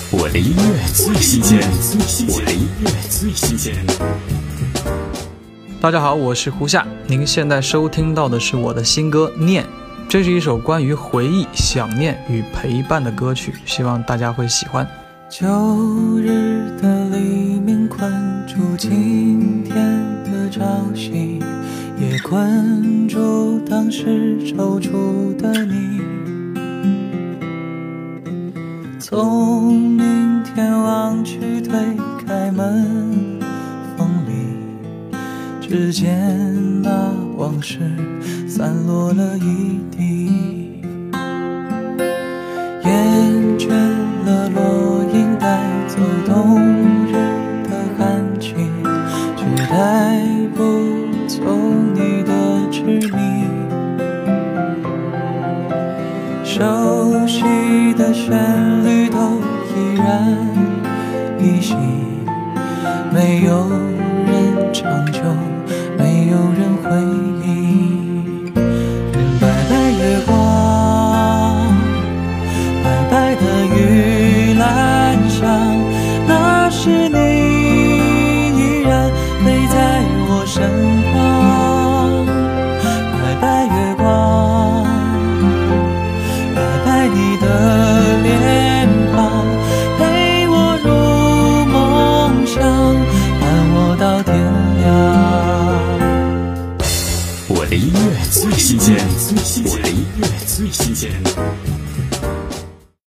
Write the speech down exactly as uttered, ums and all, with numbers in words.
我的音乐最新鲜，我的音乐最新鲜。 大家好，我是胡夏，您现在收听到的是我的新歌《念》，这是一首关于回忆、想念与陪伴的歌曲，希望大家会喜欢。 旧日的黎明困住今天的朝夕，也困住当时踌躇的你。从明天望去，推开门，风里只见那往事散落了一地，厌倦了落英带走冬日的感情，却带不走你的痴迷。熟悉的旋律都依然依稀，没有人长久，没有人回忆。